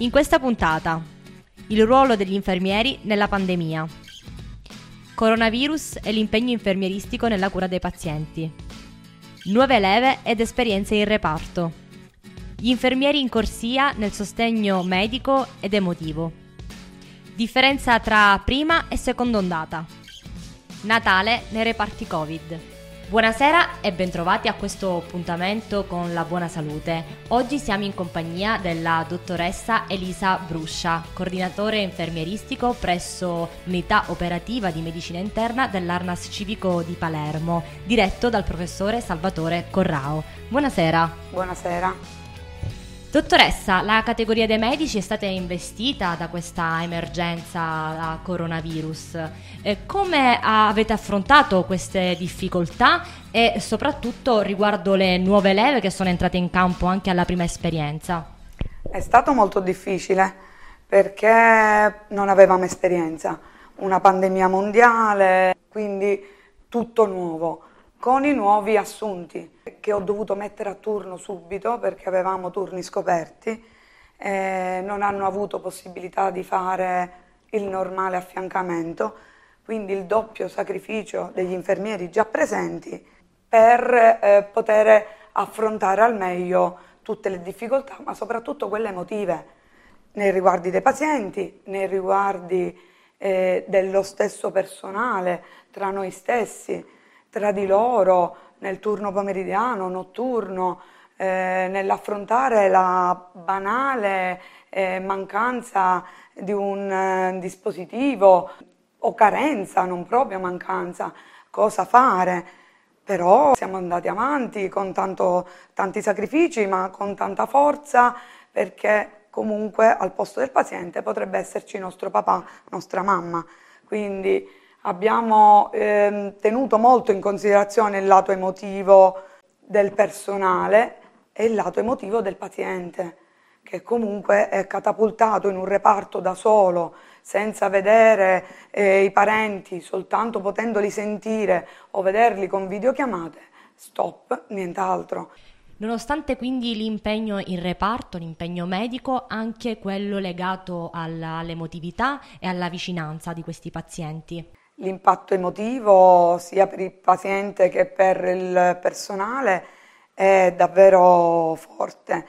In questa puntata, il ruolo degli infermieri nella pandemia, coronavirus e l'impegno infermieristico nella cura dei pazienti, nuove leve ed esperienze in reparto, gli infermieri in corsia nel sostegno medico ed emotivo, differenza tra prima e seconda ondata, Natale nei reparti Covid. Buonasera e bentrovati a questo appuntamento con la buona salute. Oggi siamo in compagnia della dottoressa Elisa Bruscia, coordinatore infermieristico presso l'unità operativa di medicina interna dell'Arnas Civico di Palermo, diretto dal professore Salvatore Corrao. Buonasera. Buonasera. Dottoressa, la categoria dei medici è stata investita da questa emergenza da coronavirus. Come avete affrontato queste difficoltà e soprattutto riguardo le nuove leve che sono entrate in campo anche alla prima esperienza? È stato molto difficile perché non avevamo esperienza, una pandemia mondiale, quindi tutto nuovo, con i nuovi assunti che ho dovuto mettere a turno subito perché avevamo turni scoperti, non hanno avuto possibilità di fare il normale affiancamento, quindi il doppio sacrificio degli infermieri già presenti per poter affrontare al meglio tutte le difficoltà, ma soprattutto quelle emotive, nei riguardi dei pazienti, nei riguardi dello stesso personale, tra noi stessi, tra di loro, nel turno pomeridiano, notturno, nell'affrontare la banale mancanza di un dispositivo o carenza, non proprio mancanza, cosa fare. Però siamo andati avanti con tanti sacrifici, ma con tanta forza, perché comunque al posto del paziente potrebbe esserci nostro papà, nostra mamma. Quindi abbiamo tenuto molto in considerazione il lato emotivo del personale e il lato emotivo del paziente, che comunque è catapultato in un reparto da solo, senza vedere i parenti, soltanto potendoli sentire o vederli con videochiamate. Stop, nient'altro. Nonostante quindi l'impegno in reparto, l'impegno medico, anche quello legato all'emotività e alla vicinanza di questi pazienti. L'impatto emotivo sia per il paziente che per il personale è davvero forte.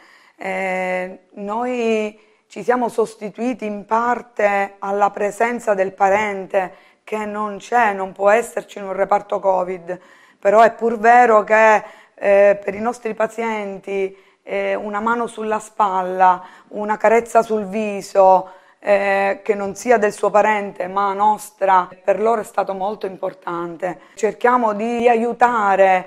Noi ci siamo sostituiti in parte alla presenza del parente che non c'è, non può esserci in un reparto Covid, però è pur vero che per i nostri pazienti una mano sulla spalla, una carezza sul viso, che non sia del suo parente ma nostra, per loro è stato molto importante. Cerchiamo di aiutare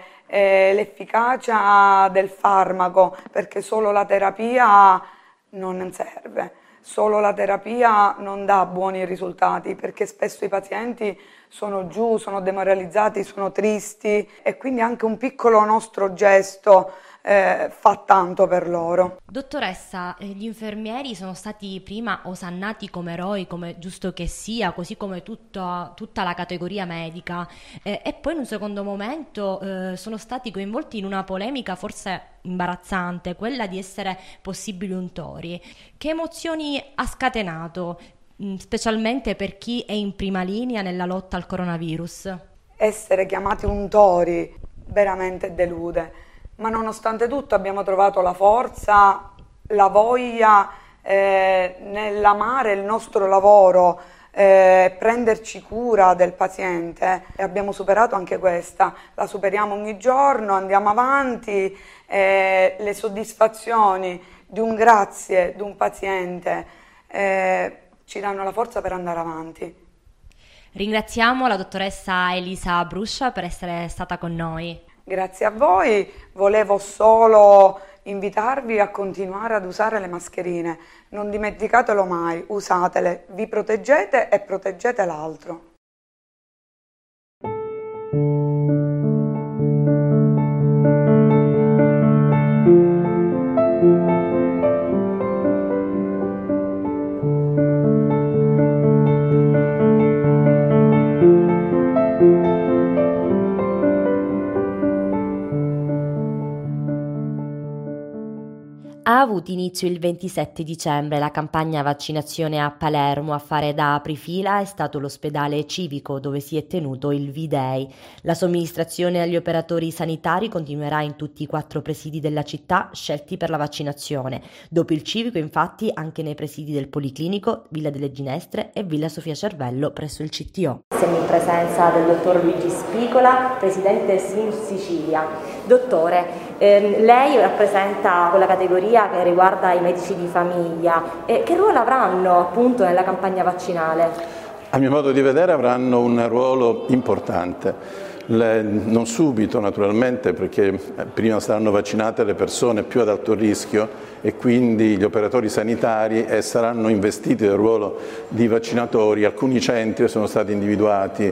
l'efficacia del farmaco, perché solo la terapia non serve, solo la terapia non dà buoni risultati, perché spesso i pazienti sono giù, sono demoralizzati, sono tristi, e quindi anche un piccolo nostro gesto fa tanto per loro. Dottoressa, gli infermieri sono stati prima osannati come eroi, come giusto che sia, così come tutta la categoria medica, e poi in un secondo momento sono stati coinvolti in una polemica forse imbarazzante, quella di essere possibili untori. Che emozioni ha scatenato, specialmente per chi è in prima linea nella lotta al coronavirus? Essere chiamati untori veramente delude. Ma nonostante tutto abbiamo trovato la forza, la voglia nell'amare il nostro lavoro, prenderci cura del paziente, e abbiamo superato anche questa. La superiamo ogni giorno, andiamo avanti, le soddisfazioni di un grazie di un paziente ci danno la forza per andare avanti. Ringraziamo la dottoressa Elisa Bruscia per essere stata con noi. Grazie a voi, volevo solo invitarvi a continuare ad usare le mascherine, non dimenticatelo mai, usatele, vi proteggete e proteggete l'altro. Ha avuto avuto inizio il 27 dicembre la campagna vaccinazione a Palermo. A fare da aprifila è stato l'ospedale civico dove si è tenuto il V-Day. La somministrazione agli operatori sanitari continuerà in tutti i 4 presidi della città scelti per la vaccinazione. Dopo il civico, infatti, anche nei presidi del Policlinico, Villa delle Ginestre e Villa Sofia Cervello presso il CTO. Siamo in presenza del dottor Luigi Spicola, presidente SINS Sicilia. Dottore, lei rappresenta quella categoria che riguarda i medici di famiglia. Che ruolo avranno appunto nella campagna vaccinale? A mio modo di vedere avranno un ruolo importante. Non subito naturalmente, perché prima saranno vaccinate le persone più ad alto rischio e quindi gli operatori sanitari saranno investiti del ruolo di vaccinatori. Alcuni centri sono stati individuati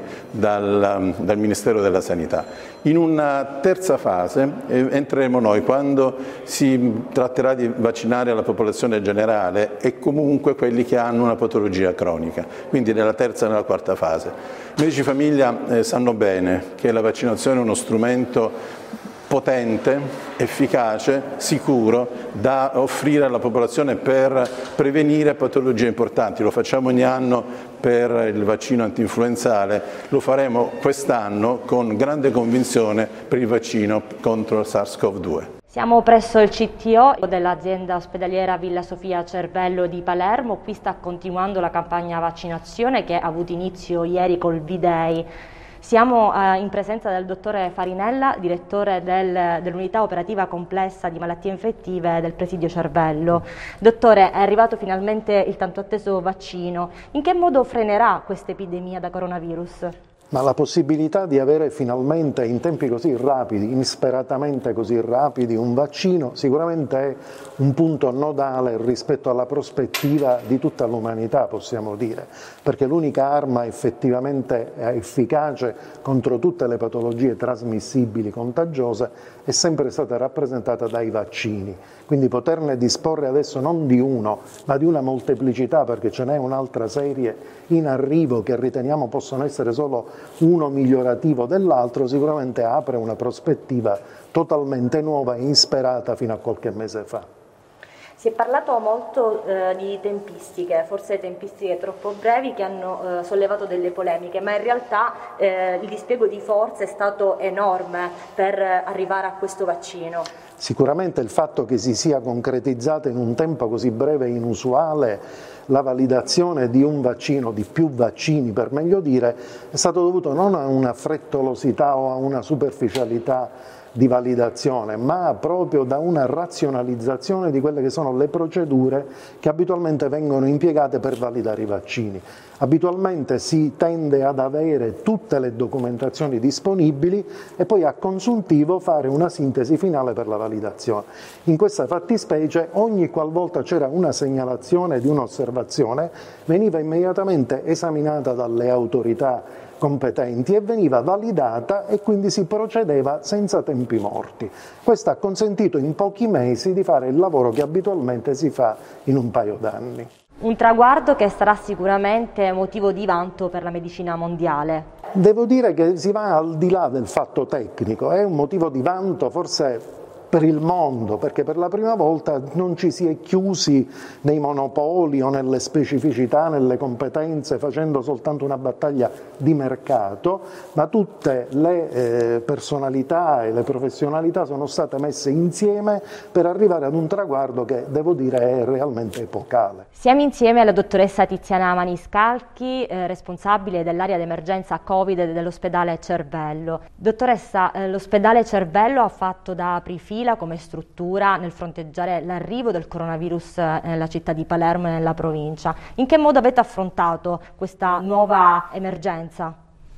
dal Ministero della Sanità. In una terza fase entreremo noi quando si tratterà di vaccinare la popolazione generale e comunque quelli che hanno una patologia cronica, quindi nella terza e nella quarta fase. I medici di famiglia sanno bene che la vaccinazione è uno strumento potente, efficace, sicuro da offrire alla popolazione per prevenire patologie importanti. Lo facciamo ogni anno per il vaccino antinfluenzale, lo faremo quest'anno con grande convinzione per il vaccino contro il SARS-CoV-2. Siamo presso il CTO dell'azienda ospedaliera Villa Sofia Cervello di Palermo. Qui sta continuando la campagna vaccinazione che ha avuto inizio ieri col V-Day. Siamo in presenza del dottore Farinella, direttore dell'unità operativa complessa di malattie infettive del presidio Cervello. Dottore, è arrivato finalmente il tanto atteso vaccino. In che modo frenerà questa epidemia da coronavirus? Ma la possibilità di avere finalmente in tempi così rapidi, insperatamente così rapidi, un vaccino sicuramente è un punto nodale rispetto alla prospettiva di tutta l'umanità, possiamo dire, perché l'unica arma effettivamente efficace contro tutte le patologie trasmissibili contagiose è sempre stata rappresentata dai vaccini. Quindi poterne disporre adesso non di uno, ma di una molteplicità, perché ce n'è un'altra serie in arrivo che riteniamo possono essere solo uno migliorativo dell'altro, sicuramente apre una prospettiva totalmente nuova e insperata fino a qualche mese fa. Si è parlato molto di tempistiche, forse tempistiche troppo brevi che hanno sollevato delle polemiche, ma in realtà il dispiego di forze è stato enorme per arrivare a questo vaccino. Sicuramente il fatto che si sia concretizzata in un tempo così breve e inusuale la validazione di un vaccino, di più vaccini per meglio dire, è stato dovuto non a una frettolosità o a una superficialità di validazione, ma proprio da una razionalizzazione di quelle che sono le procedure che abitualmente vengono impiegate per validare i vaccini. Abitualmente si tende ad avere tutte le documentazioni disponibili e poi a consuntivo fare una sintesi finale per la validazione. In questa fattispecie ogni qualvolta c'era una segnalazione di un'osservazione veniva immediatamente esaminata dalle autorità competenti e veniva validata e quindi si procedeva senza tempi morti. Questo ha consentito in pochi mesi di fare il lavoro che abitualmente si fa in un paio d'anni. Un traguardo che sarà sicuramente motivo di vanto per la medicina mondiale. Devo dire che si va al di là del fatto tecnico, è un motivo di vanto forse per il mondo, perché per la prima volta non ci si è chiusi nei monopoli o nelle specificità, nelle competenze, facendo soltanto una battaglia di mercato, ma tutte le personalità e le professionalità sono state messe insieme per arrivare ad un traguardo che, devo dire, è realmente epocale. Siamo insieme alla dottoressa Tiziana Maniscalchi, responsabile dell'area d'emergenza Covid dell'ospedale Cervello. Dottoressa, l'ospedale Cervello ha fatto da aprifila come struttura nel fronteggiare l'arrivo del coronavirus nella città di Palermo e nella provincia. In che modo avete affrontato questa nuova emergenza?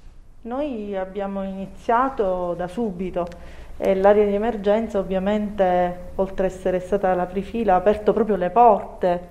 Noi abbiamo iniziato da subito e l'area di emergenza ovviamente, oltre ad essere stata l'aprifila, ha aperto proprio le porte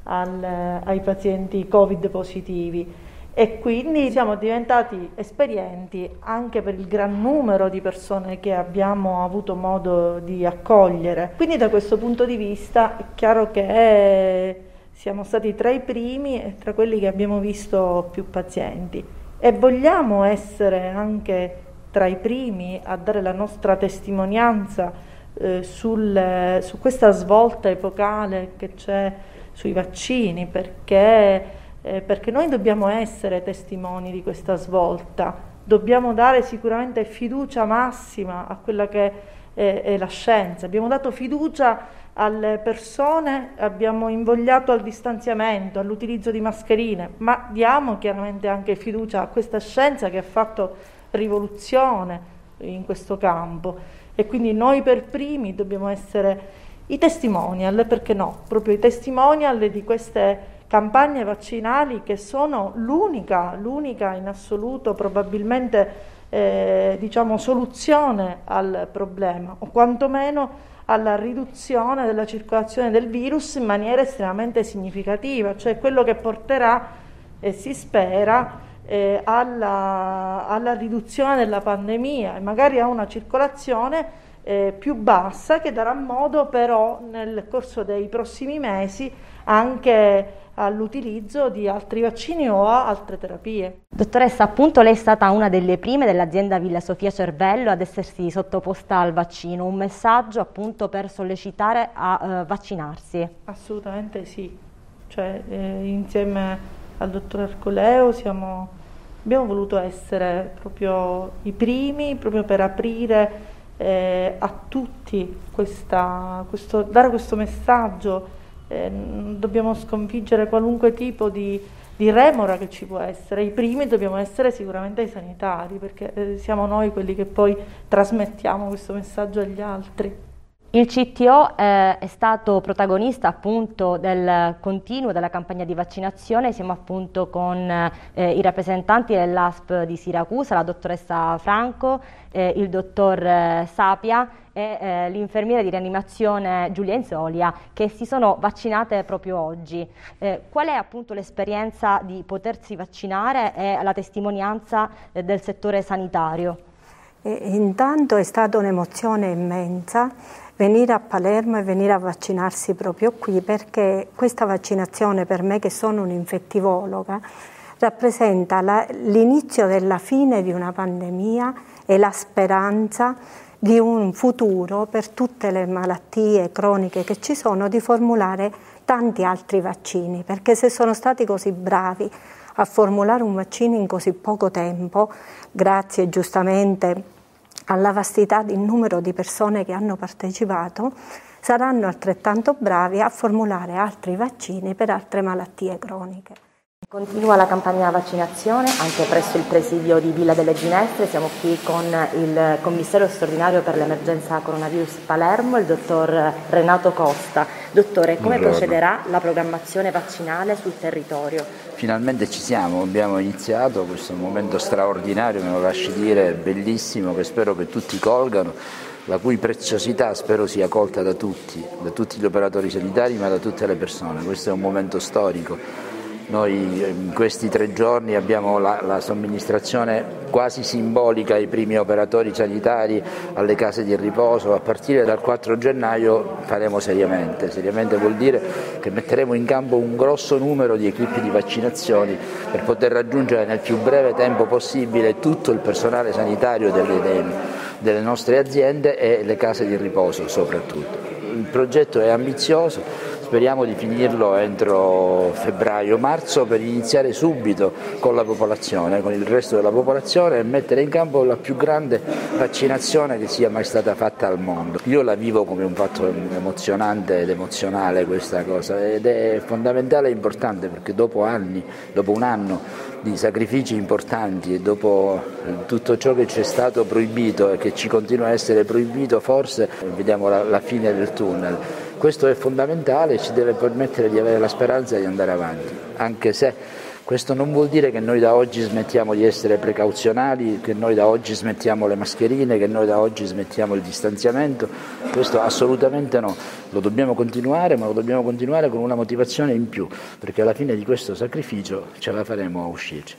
ai pazienti Covid positivi. E quindi siamo diventati esperienti anche per il gran numero di persone che abbiamo avuto modo di accogliere. Quindi da questo punto di vista è chiaro che siamo stati tra i primi e tra quelli che abbiamo visto più pazienti e vogliamo essere anche tra i primi a dare la nostra testimonianza su questa svolta epocale che c'è sui vaccini, perché noi dobbiamo essere testimoni di questa svolta, dobbiamo dare sicuramente fiducia massima a quella che è la scienza. Abbiamo dato fiducia alle persone, abbiamo invogliato al distanziamento, all'utilizzo di mascherine, ma diamo chiaramente anche fiducia a questa scienza che ha fatto rivoluzione in questo campo, e quindi noi per primi dobbiamo essere i testimonial, perché no, proprio i testimonial di queste campagne vaccinali che sono l'unica in assoluto probabilmente soluzione al problema, o quantomeno alla riduzione della circolazione del virus in maniera estremamente significativa, cioè quello che porterà, si spera, alla riduzione della pandemia e magari a una circolazione più bassa, che darà modo però nel corso dei prossimi mesi anche all'utilizzo di altri vaccini o altre terapie. Dottoressa, appunto lei è stata una delle prime dell'azienda Villa Sofia Cervello ad essersi sottoposta al vaccino, un messaggio appunto per sollecitare a vaccinarsi. Assolutamente sì, cioè insieme al dottor Arcoleo abbiamo voluto essere proprio i primi, proprio per aprire a tutti dare questo messaggio. Dobbiamo sconfiggere qualunque tipo di remora che ci può essere. I primi dobbiamo essere sicuramente i sanitari, perché siamo noi quelli che poi trasmettiamo questo messaggio agli altri. Il CTO è stato protagonista appunto del continuo della campagna di vaccinazione. Siamo appunto con i rappresentanti dell'ASP di Siracusa, la dottoressa Franco, il dottor Sapia e l'infermiera di rianimazione Giulia Inzolia, che si sono vaccinate proprio oggi. Qual è appunto l'esperienza di potersi vaccinare e la testimonianza del settore sanitario? Intanto è stata un'emozione immensa venire a Palermo e venire a vaccinarsi proprio qui, perché questa vaccinazione, per me che sono un'infettivologa, rappresenta l'inizio della fine di una pandemia e la speranza di un futuro per tutte le malattie croniche che ci sono, di formulare tanti altri vaccini, perché se sono stati così bravi a formulare un vaccino in così poco tempo, grazie giustamente alla vastità del numero di persone che hanno partecipato, saranno altrettanto bravi a formulare altri vaccini per altre malattie croniche. Continua la campagna vaccinazione anche presso il presidio di Villa delle Ginestre. Siamo qui con il commissario straordinario per l'emergenza coronavirus Palermo, il dottor Renato Costa. Dottore, come procederà la programmazione vaccinale sul territorio? Finalmente ci siamo, abbiamo iniziato questo momento straordinario, me lo lasci dire, bellissimo, che spero che tutti colgano, la cui preziosità spero sia colta da tutti gli operatori sanitari, ma da tutte le persone. Questo è un momento storico. Noi in questi 3 giorni abbiamo la somministrazione quasi simbolica ai primi operatori sanitari, alle case di riposo. A partire dal 4 gennaio faremo seriamente vuol dire che metteremo in campo un grosso numero di equipi di vaccinazioni per poter raggiungere nel più breve tempo possibile tutto il personale sanitario delle nostre aziende e le case di riposo soprattutto. Il progetto è ambizioso. Speriamo di finirlo entro febbraio-marzo per iniziare subito con la popolazione, con il resto della popolazione, e mettere in campo la più grande vaccinazione che sia mai stata fatta al mondo. Io la vivo come un fatto emozionante ed emozionale questa cosa, ed è fondamentale e importante, perché dopo un anno di sacrifici importanti e dopo tutto ciò che ci è stato proibito e che ci continua a essere proibito, forse vediamo la fine del tunnel. Questo è fondamentale e ci deve permettere di avere la speranza di andare avanti, anche se questo non vuol dire che noi da oggi smettiamo di essere precauzionali, che noi da oggi smettiamo le mascherine, che noi da oggi smettiamo il distanziamento. Questo assolutamente no, lo dobbiamo continuare, ma lo dobbiamo continuare con una motivazione in più, perché alla fine di questo sacrificio ce la faremo a uscirci.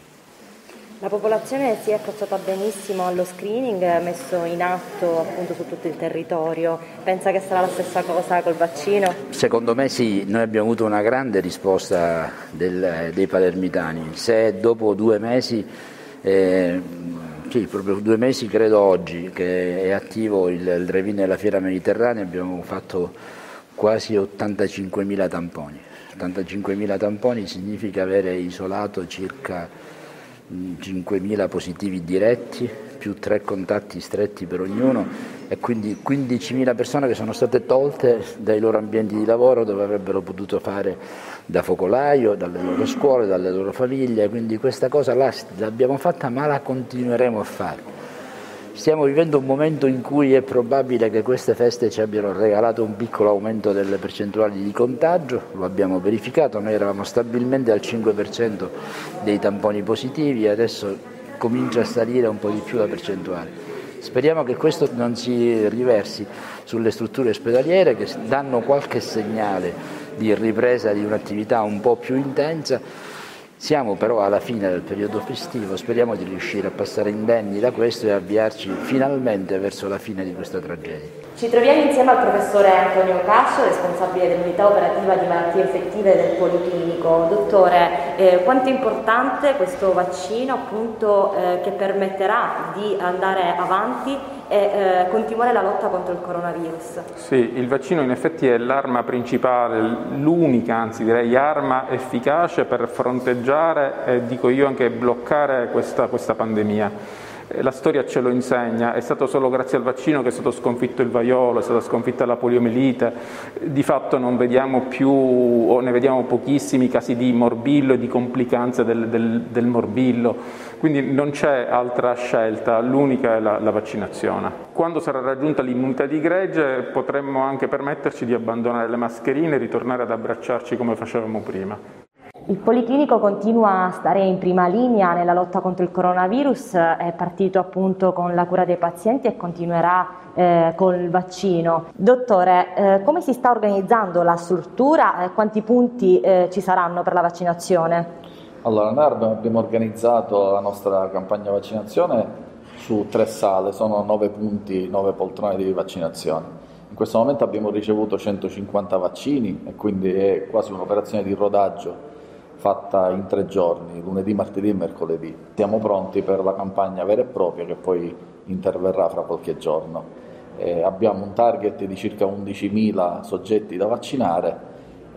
La popolazione si è approcciata benissimo allo screening messo in atto appunto su tutto il territorio. Pensa che sarà la stessa cosa col vaccino? Secondo me sì, noi abbiamo avuto una grande risposta dei palermitani. Se dopo 2 mesi sì, proprio 2 mesi credo oggi che è attivo il drive-in della Fiera Mediterranea, abbiamo fatto quasi 85.000 tamponi. 85.000 tamponi significa avere isolato circa 5.000 positivi diretti, più 3 contatti stretti per ognuno, e quindi 15.000 persone che sono state tolte dai loro ambienti di lavoro dove avrebbero potuto fare da focolaio, dalle loro scuole, dalle loro famiglie. Quindi questa cosa l'abbiamo fatta, ma la continueremo a fare. Stiamo vivendo un momento in cui è probabile che queste feste ci abbiano regalato un piccolo aumento delle percentuali di contagio, lo abbiamo verificato, noi eravamo stabilmente al 5% dei tamponi positivi e adesso comincia a salire un po' di più la percentuale. Speriamo che questo non si riversi sulle strutture ospedaliere che danno qualche segnale di ripresa di un'attività un po' più intensa. Siamo però alla fine del periodo festivo, speriamo di riuscire a passare indenni da questo e avviarci finalmente verso la fine di questa tragedia. Ci troviamo insieme al professore Antonio Cascio, responsabile dell'unità operativa di malattie infettive del Policlinico. Dottore, quanto è importante questo vaccino appunto che permetterà di andare avanti e continuare la lotta contro il coronavirus? Sì, il vaccino in effetti è l'arma principale, l'unica, anzi direi arma efficace per fronteggiare e dico io anche bloccare questa pandemia. La storia ce lo insegna, è stato solo grazie al vaccino che è stato sconfitto il vaiolo, è stata sconfitta la poliomielite, di fatto non vediamo più o ne vediamo pochissimi casi di morbillo e di complicanze del morbillo, quindi non c'è altra scelta, l'unica è la vaccinazione. Quando sarà raggiunta l'immunità di gregge potremmo anche permetterci di abbandonare le mascherine e ritornare ad abbracciarci come facevamo prima. Il Policlinico continua a stare in prima linea nella lotta contro il coronavirus, è partito appunto con la cura dei pazienti e continuerà col vaccino. Dottore, come si sta organizzando la struttura? Quanti punti ci saranno per la vaccinazione? Allora, noi abbiamo organizzato la nostra campagna vaccinazione su 3 sale, sono 9 punti, 9 poltrone di vaccinazione. In questo momento abbiamo ricevuto 150 vaccini e quindi è quasi un'operazione di rodaggio fatta in 3 giorni, lunedì, martedì e mercoledì. Siamo pronti per la campagna vera e propria che poi interverrà fra qualche giorno. Abbiamo un target di circa 11.000 soggetti da vaccinare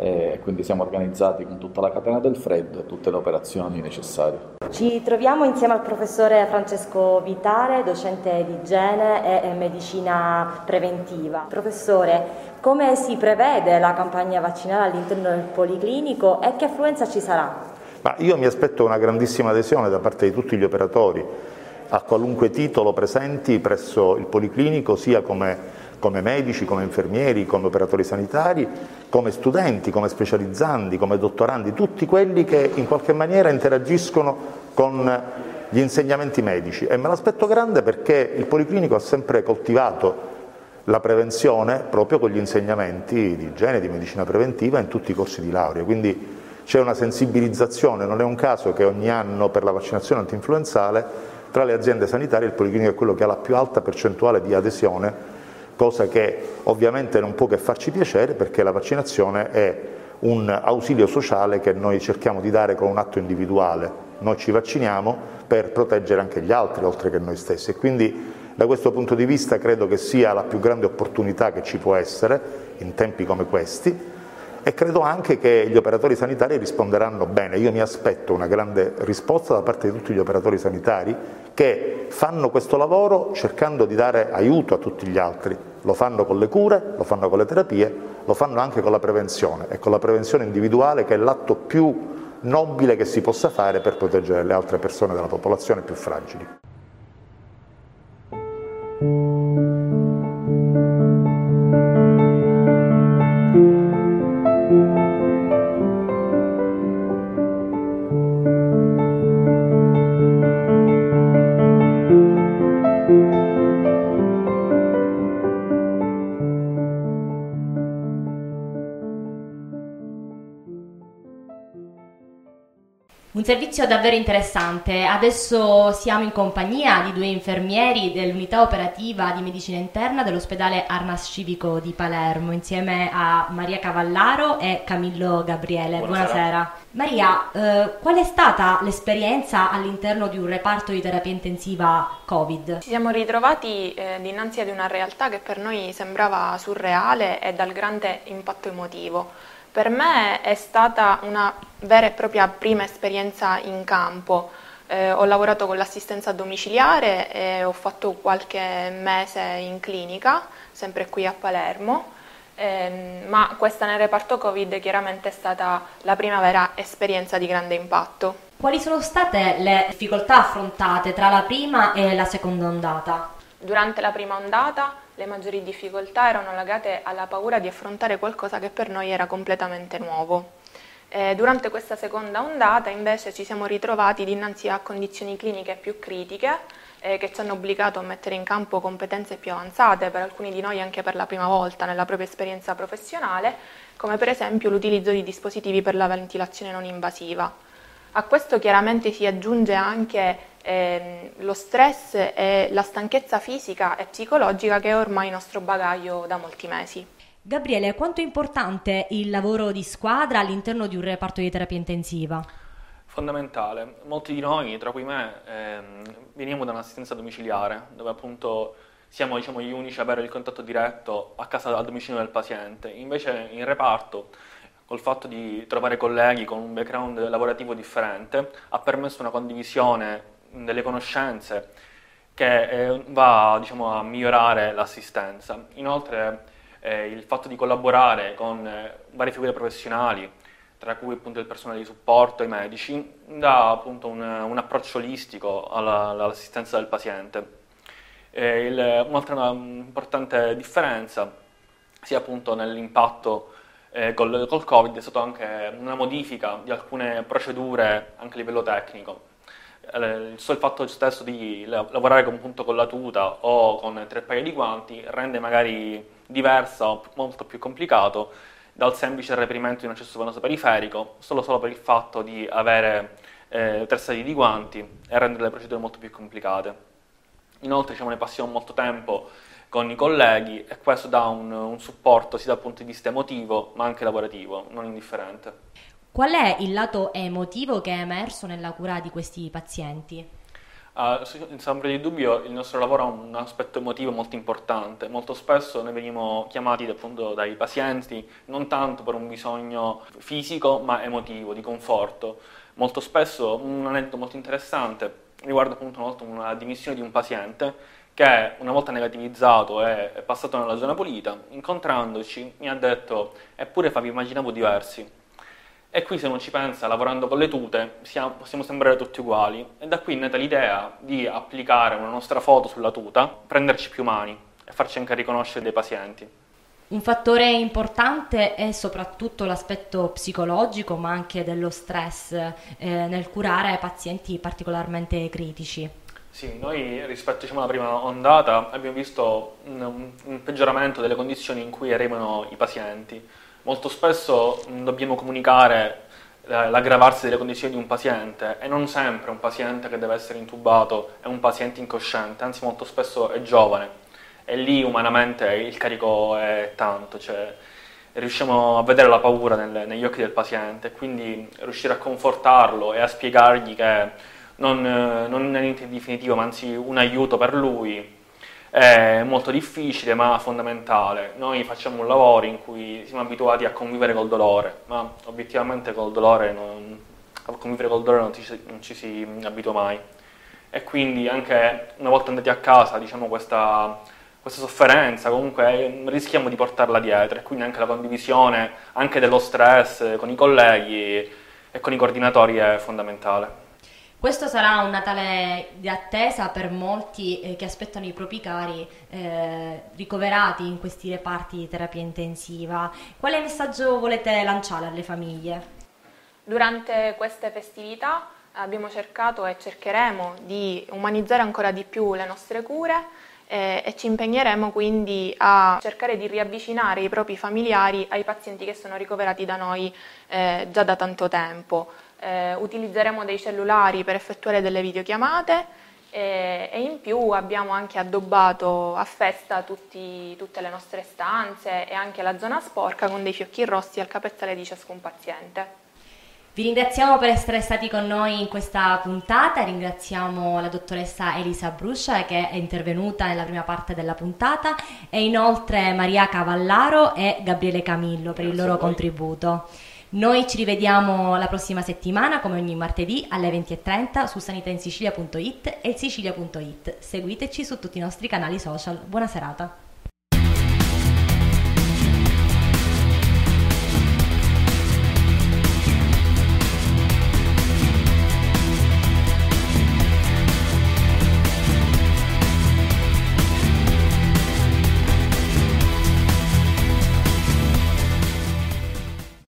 e quindi siamo organizzati con tutta la catena del freddo e tutte le operazioni necessarie. Ci troviamo insieme al professore Francesco Vitale, docente di igiene e medicina preventiva. Professore, come si prevede la campagna vaccinale all'interno del Policlinico e che affluenza ci sarà? Io mi aspetto una grandissima adesione da parte di tutti gli operatori a qualunque titolo presenti presso il Policlinico, sia come medici, come infermieri, come operatori sanitari, come studenti, come specializzandi, come dottorandi, tutti quelli che in qualche maniera interagiscono con gli insegnamenti medici. E me l'aspetto grande perché il Policlinico ha sempre coltivato la prevenzione proprio con gli insegnamenti di igiene, di medicina preventiva in tutti i corsi di laurea, quindi c'è una sensibilizzazione, non è un caso che ogni anno per la vaccinazione antinfluenzale tra le aziende sanitarie il Policlinico è quello che ha la più alta percentuale di adesione, cosa che ovviamente non può che farci piacere perché la vaccinazione è un ausilio sociale che noi cerchiamo di dare con un atto individuale. Noi ci vacciniamo per proteggere anche gli altri oltre che noi stessi e quindi da questo punto di vista credo che sia la più grande opportunità che ci può essere in tempi come questi e credo anche che gli operatori sanitari risponderanno bene. Io mi aspetto una grande risposta da parte di tutti gli operatori sanitari che fanno questo lavoro cercando di dare aiuto a tutti gli altri. Lo fanno con le cure, lo fanno con le terapie, lo fanno anche con la prevenzione e con la prevenzione individuale che è l'atto più nobile che si possa fare per proteggere le altre persone della popolazione più fragili. Un servizio davvero interessante. Adesso siamo in compagnia di 2 infermieri dell'unità operativa di medicina interna dell'ospedale Arnas Civico di Palermo, insieme a Maria Cavallaro e Camillo Gabriele. Buonasera. Maria, qual è stata l'esperienza all'interno di un reparto di terapia intensiva Covid? Ci siamo ritrovati dinanzi ad una realtà che per noi sembrava surreale e dal grande impatto emotivo. Per me è stata una vera e propria prima esperienza in campo. Ho lavorato con l'assistenza domiciliare e ho fatto qualche mese in clinica, sempre qui a Palermo, ma questa nel reparto Covid chiaramente è stata la prima vera esperienza di grande impatto. Quali sono state le difficoltà affrontate tra la prima e la seconda ondata? Durante la prima ondata le maggiori difficoltà erano legate alla paura di affrontare qualcosa che per noi era completamente nuovo. Durante questa seconda ondata invece ci siamo ritrovati dinanzi a condizioni cliniche più critiche che ci hanno obbligato a mettere in campo competenze più avanzate, per alcuni di noi anche per la prima volta nella propria esperienza professionale, come per esempio l'utilizzo di dispositivi per la ventilazione non invasiva. A questo chiaramente si aggiunge anche lo stress e la stanchezza fisica e psicologica che è ormai nostro bagaglio da molti mesi. Gabriele, quanto è importante il lavoro di squadra all'interno di un reparto di terapia intensiva? Fondamentale. Molti di noi, tra cui me, veniamo da un'assistenza domiciliare, dove appunto siamo gli unici a avere il contatto diretto a casa, al domicilio del paziente. Invece in reparto, col fatto di trovare colleghi con un background lavorativo differente, ha permesso una condivisione delle conoscenze che va a migliorare l'assistenza. Inoltre il fatto di collaborare con varie figure professionali, tra cui appunto il personale di supporto e i medici, dà appunto un approccio olistico all'assistenza del paziente. Un'altra importante differenza, sia appunto nell'impatto col Covid, è stata anche una modifica di alcune procedure anche a livello tecnico. Il solo fatto stesso di lavorare appunto con la tuta o con 3 paia di guanti rende magari diversa o molto più complicato dal semplice reperimento di un accesso venoso periferico, solo per il fatto di avere 3 seti di guanti e rendere le procedure molto più complicate. Inoltre ne passiamo molto tempo con i colleghi e questo dà un supporto sia dal punto di vista emotivo ma anche lavorativo, non indifferente. Qual è il lato emotivo che è emerso nella cura di questi pazienti? Senza ombra di dubbio il nostro lavoro ha un aspetto emotivo molto importante. Molto spesso noi veniamo chiamati appunto dai pazienti non tanto per un bisogno fisico ma emotivo, di conforto. Molto spesso un aneddoto molto interessante riguarda appunto una dimissione di un paziente che una volta negativizzato è passato nella zona pulita, incontrandoci mi ha detto eppure vi immaginavo diversi. E qui se uno ci pensa, lavorando con le tute, possiamo sembrare tutti uguali. E da qui è nata l'idea di applicare una nostra foto sulla tuta, prenderci più umani e farci anche riconoscere dei pazienti. Un fattore importante è soprattutto l'aspetto psicologico, ma anche dello stress nel curare pazienti particolarmente critici. Sì, noi rispetto alla prima ondata abbiamo visto un peggioramento delle condizioni in cui arrivano i pazienti. Molto spesso dobbiamo comunicare l'aggravarsi delle condizioni di un paziente e non sempre un paziente che deve essere intubato è un paziente incosciente, anzi molto spesso è giovane e lì umanamente il carico è tanto, riusciamo a vedere la paura negli occhi del paziente e quindi riuscire a confortarlo e a spiegargli che non è niente di definitivo ma anzi un aiuto per lui. È molto difficile ma fondamentale. Noi facciamo un lavoro in cui siamo abituati a convivere col dolore, ma obiettivamente a convivere col dolore non ci si abitua mai. E quindi anche una volta andati a casa, questa sofferenza comunque rischiamo di portarla dietro e quindi anche la condivisione anche dello stress con i colleghi e con i coordinatori è fondamentale. Questo sarà un Natale di attesa per molti che aspettano i propri cari ricoverati in questi reparti di terapia intensiva. Quale messaggio volete lanciare alle famiglie? Durante queste festività abbiamo cercato e cercheremo di umanizzare ancora di più le nostre cure e ci impegneremo quindi a cercare di riavvicinare i propri familiari ai pazienti che sono ricoverati da noi già da tanto tempo. utilizzeremo dei cellulari per effettuare delle videochiamate e in più abbiamo anche addobbato a festa tutte le nostre stanze e anche la zona sporca con dei fiocchi rossi al capezzale di ciascun paziente. Vi ringraziamo per essere stati con noi in questa puntata, ringraziamo la dottoressa Elisa Bruscia che è intervenuta nella prima parte della puntata e inoltre Maria Cavallaro e Gabriele Camillo per il loro contributo. Noi ci rivediamo la prossima settimana come ogni martedì alle 20:30 su sanitainSicilia.it e il sicilia.it. Seguiteci su tutti i nostri canali social. Buona serata.